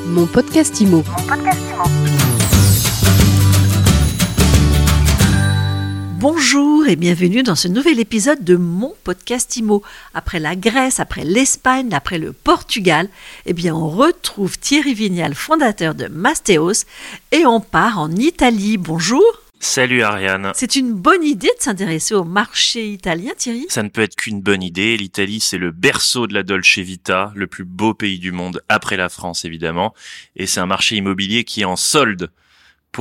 Mon podcast IMO. Bonjour et bienvenue dans ce nouvel épisode de Mon podcast IMO. Après la Grèce, après l'Espagne, après le Portugal, on retrouve Thierry Vignal, fondateur de Mastéos, et on part en Italie. Bonjour. Salut Ariane. C'est une bonne idée de s'intéresser au marché italien, Thierry ? Ça ne peut être qu'une bonne idée. L'Italie, c'est le berceau de la Dolce Vita, le plus beau pays du monde, après la France évidemment. Et c'est un marché immobilier qui est en solde. Pourquoi ?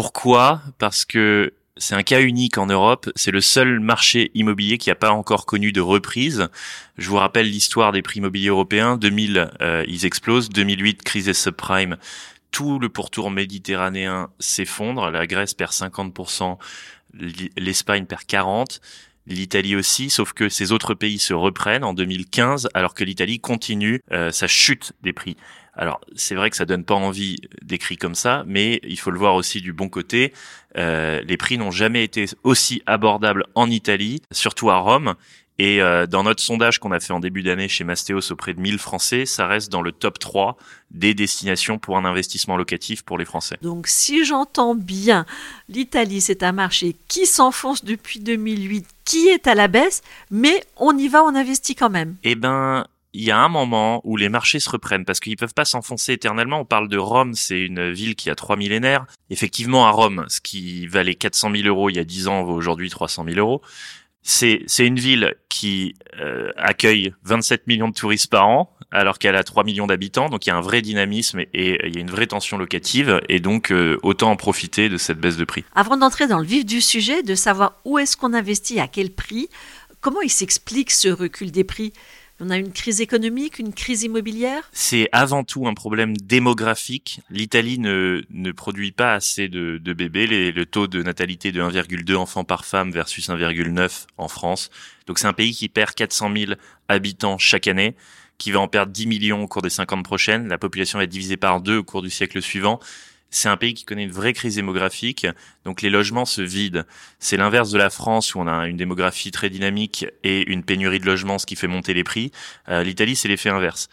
Parce que c'est un cas unique en Europe. C'est le seul marché immobilier qui n'a pas encore connu de reprise. Je vous rappelle l'histoire des prix immobiliers européens. 2000, ils explosent. 2008, crise des subprimes. Tout le pourtour méditerranéen s'effondre. La Grèce perd 50%, l'Espagne perd 40%, l'Italie aussi, sauf que ces autres pays se reprennent en 2015, alors que l'Italie continue sa chute des prix. Alors, c'est vrai que ça donne pas envie d'écrire comme ça, mais il faut le voir aussi du bon côté. Les prix n'ont jamais été aussi abordables en Italie, surtout à Rome. Et dans notre sondage qu'on a fait en début d'année chez Mastéos auprès de 1000 Français, ça reste dans le top 3 des destinations pour un investissement locatif pour les Français. Donc si j'entends bien, l'Italie c'est un marché qui s'enfonce depuis 2008, qui est à la baisse, mais on y va, on investit quand même. Il y a un moment où les marchés se reprennent parce qu'ils peuvent pas s'enfoncer éternellement. On parle de Rome, c'est une ville qui a 3 millénaires. Effectivement, à Rome, ce qui valait 400 000 euros il y a 10 ans vaut aujourd'hui 300 000 euros. C'est une ville qui accueille 27 millions de touristes par an, alors qu'elle a 3 millions d'habitants. Donc il y a un vrai dynamisme et il y a une vraie tension locative. Et donc autant en profiter de cette baisse de prix. Avant d'entrer dans le vif du sujet, de savoir où est-ce qu'on investit, à quel prix, comment il s'explique ce recul des prix ? On a une crise économique, une crise immobilière ? C'est avant tout un problème démographique. L'Italie ne produit pas assez de bébés. Le taux de natalité de 1,2 enfants par femme versus 1,9 en France. Donc c'est un pays qui perd 400 000 habitants chaque année, qui va en perdre 10 millions au cours des 50 prochaines. La population va être divisée par 2 au cours du siècle suivant. C'est un pays qui connaît une vraie crise démographique, donc les logements se vident. C'est l'inverse de la France où on a une démographie très dynamique et une pénurie de logements, ce qui fait monter les prix. L'Italie, c'est l'effet inverse.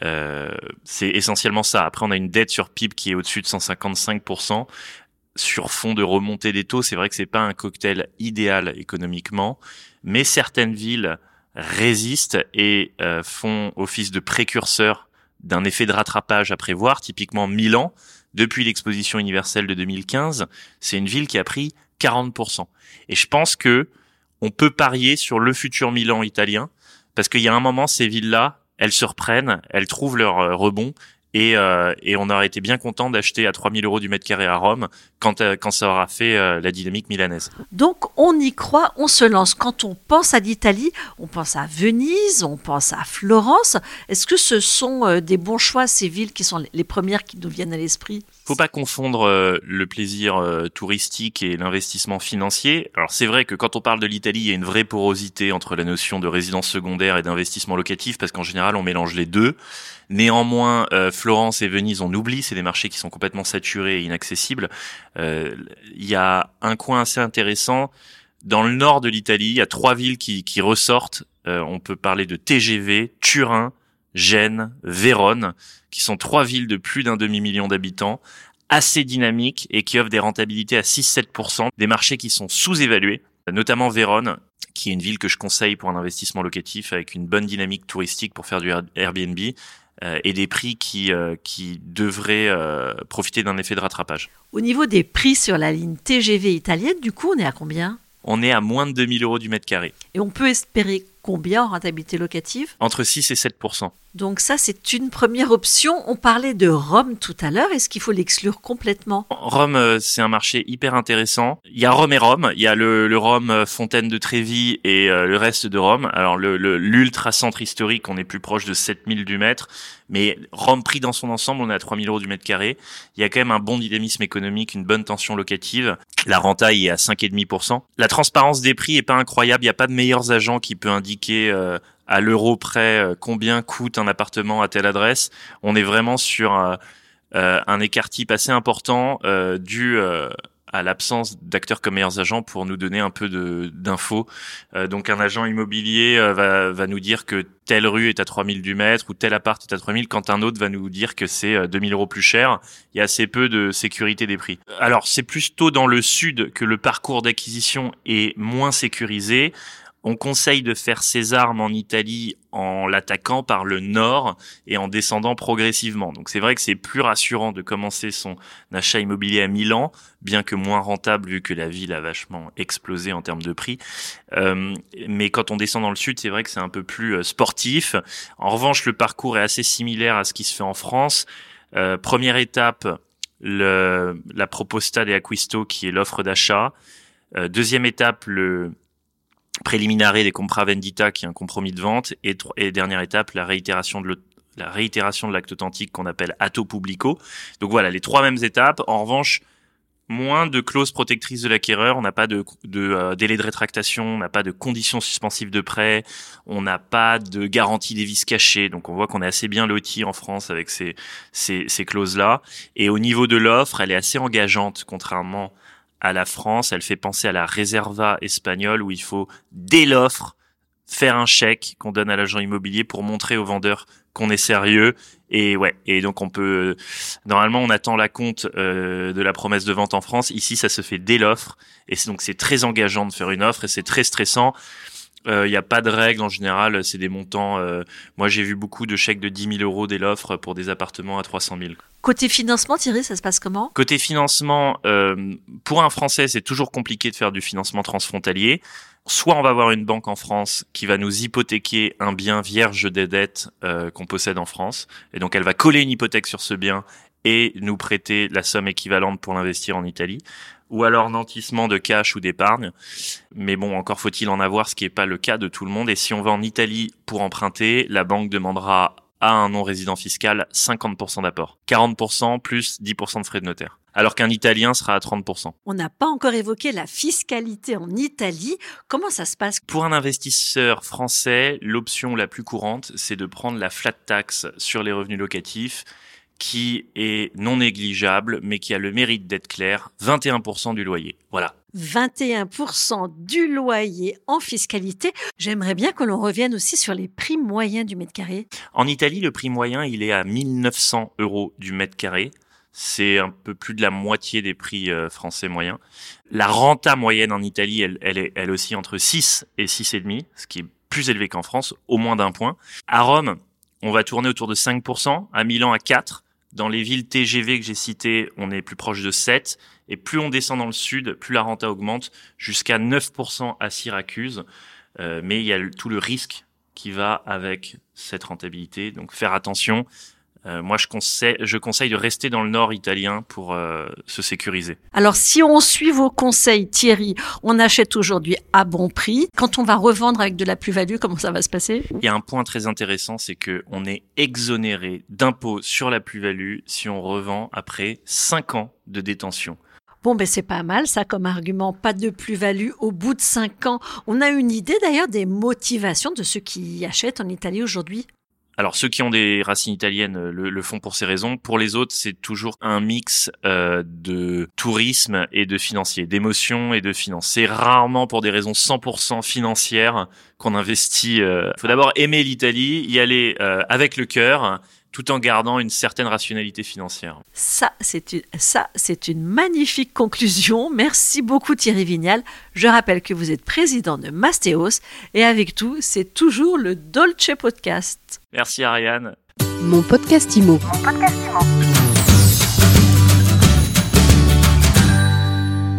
C'est essentiellement ça. Après, on a une dette sur PIB qui est au-dessus de 155%. Sur fond de remontée des taux, c'est vrai que c'est pas un cocktail idéal économiquement, mais certaines villes résistent et font office de précurseurs d'un effet de rattrapage à prévoir, typiquement Milan. Depuis l'exposition universelle de 2015, c'est une ville qui a pris 40%. Et je pense que on peut parier sur le futur Milan italien, parce qu'il y a un moment, ces villes-là, elles se reprennent, elles trouvent leur rebond, et on aurait été bien content d'acheter à 3 000 euros du mètre carré à Rome quand ça aura fait la dynamique milanaise. Donc on y croit, on se lance. Quand on pense à l'Italie, on pense à Venise, on pense à Florence. Est-ce que ce sont des bons choix, ces villes qui sont les premières qui nous viennent à l'esprit ? Faut pas confondre le plaisir touristique et l'investissement financier. Alors c'est vrai que quand on parle de l'Italie, il y a une vraie porosité entre la notion de résidence secondaire et d'investissement locatif, parce qu'en général on mélange les deux. Néanmoins, Florence et Venise, on oublie, c'est des marchés qui sont complètement saturés et inaccessibles. Il y a un coin assez intéressant. Dans le nord de l'Italie, il y a 3 villes qui ressortent. On peut parler de TGV, Turin, Gênes, Vérone, qui sont 3 villes de plus d'un demi-million d'habitants, assez dynamiques et qui offrent des rentabilités à 6-7%, des marchés qui sont sous-évalués, notamment Vérone, qui est une ville que je conseille pour un investissement locatif avec une bonne dynamique touristique pour faire du Airbnb, et des prix qui devraient profiter d'un effet de rattrapage. Au niveau des prix sur la ligne TGV italienne, du coup, on est à combien ? On est à moins de 2 000 euros du mètre carré. Et on peut espérer combien en rentabilité locative ? Entre 6 et 7%. Donc ça, c'est une première option. On parlait de Rome tout à l'heure. Est-ce qu'il faut l'exclure complètement ? Rome, c'est un marché hyper intéressant. Il y a Rome et Rome. Il y a le Rome Fontaine de Trévi et le reste de Rome. Alors l'ultra-centre historique, on est plus proche de 7000 du mètre. Mais Rome pris dans son ensemble, on est à 3000 euros du mètre carré. Il y a quand même un bon dynamisme économique, une bonne tension locative. La renta est à 5,5%. La transparence des prix est pas incroyable. Il n'y a pas de meilleurs agents qui peut indiquer à l'euro près combien coûte un appartement à telle adresse. On est vraiment sur un écart type assez important dû à l'absence d'acteurs comme meilleurs agents pour nous donner un peu d'infos. Donc un agent immobilier va nous dire que telle rue est à 3000 du mètre ou tel appart est à 3000 quand un autre va nous dire que c'est 2000 € plus cher. Il y a assez peu de sécurité des prix. Alors c'est plutôt dans le sud que le parcours d'acquisition est moins sécurisé. On conseille de faire ses armes en Italie en l'attaquant par le nord et en descendant progressivement. Donc c'est vrai que c'est plus rassurant de commencer son achat immobilier à Milan, bien que moins rentable vu que la ville a vachement explosé en termes de prix. Mais quand on descend dans le sud, c'est vrai que c'est un peu plus sportif. En revanche, le parcours est assez similaire à ce qui se fait en France. Première étape, la proposta de acquisto qui est l'offre d'achat. Deuxième étape, le préliminare des compra vendita qui est un compromis de vente et dernière étape la réitération de l'acte authentique qu'on appelle atto publico. Donc voilà, les 3 mêmes étapes. En revanche, moins de clauses protectrices de l'acquéreur, on n'a pas de délai de rétractation, on n'a pas de conditions suspensives de prêt, on n'a pas de garantie des vices cachés. Donc on voit qu'on est assez bien loti en France avec ces clauses-là. Et au niveau de l'offre, elle est assez engageante contrairement à la France. Elle fait penser à la reserva espagnole où il faut, dès l'offre, faire un chèque qu'on donne à l'agent immobilier pour montrer au vendeur qu'on est sérieux. Et donc normalement on attend l'acompte de la promesse de vente en France. Ici, ça se fait dès l'offre. Et donc c'est très engageant de faire une offre et c'est très stressant. Il y a pas de règles en général, c'est des montants. Moi, j'ai vu beaucoup de chèques de 10 000 € dès l'offre pour des appartements à 300 000. Côté financement, Thierry, ça se passe comment ? Côté financement, pour un Français, c'est toujours compliqué de faire du financement transfrontalier. Soit on va avoir une banque en France qui va nous hypothéquer un bien vierge des dettes qu'on possède en France, et donc elle va coller une hypothèque sur ce bien et nous prêter la somme équivalente pour l'investir en Italie. Ou alors nantissement de cash ou d'épargne. Mais bon, encore faut-il en avoir, ce qui n'est pas le cas de tout le monde. Et si on va en Italie pour emprunter, la banque demandera à un non-résident fiscal 50% d'apport. 40% plus 10% de frais de notaire. Alors qu'un Italien sera à 30%. On n'a pas encore évoqué la fiscalité en Italie. Comment ça se passe ? Pour un investisseur français, l'option la plus courante, c'est de prendre la flat tax sur les revenus locatifs, qui est non négligeable, mais qui a le mérite d'être clair, 21% du loyer. Voilà. 21% du loyer en fiscalité. J'aimerais bien que l'on revienne aussi sur les prix moyens du mètre carré. En Italie, le prix moyen, il est à 1 900 € du mètre carré. C'est un peu plus de la moitié des prix français moyens. La renta moyenne en Italie, elle est elle aussi entre 6 et 6,5, ce qui est plus élevé qu'en France, au moins d'un point. À Rome, on va tourner autour de 5%, à Milan à 4%. Dans les villes TGV que j'ai citées, on est plus proche de 7. Et plus on descend dans le sud, plus la renta augmente, jusqu'à 9% à Syracuse. Mais il y a tout le risque qui va avec cette rentabilité. Donc faire attention. Moi, je conseille de rester dans le nord italien pour se sécuriser. Alors, si on suit vos conseils, Thierry, on achète aujourd'hui à bon prix. Quand on va revendre avec de la plus-value, comment ça va se passer ? Il y a un point très intéressant, c'est que on est exonéré d'impôt sur la plus-value si on revend après 5 ans de détention. Bon, c'est pas mal ça comme argument, pas de plus-value au bout de 5 ans. On a une idée d'ailleurs des motivations de ceux qui achètent en Italie aujourd'hui ? Alors ceux qui ont des racines italiennes le font pour ces raisons. Pour les autres, c'est toujours un mix de tourisme et de financier, d'émotion et de finance. C'est rarement pour des raisons 100% financières qu'on investit. Il faut d'abord aimer l'Italie, y aller avec le cœur, tout en gardant une certaine rationalité financière. Ça, c'est une magnifique conclusion. Merci beaucoup Thierry Vignal. Je rappelle que vous êtes président de Mastéos et avec tout, c'est toujours le Dolce Podcast. Merci Ariane. Mon podcast IMO.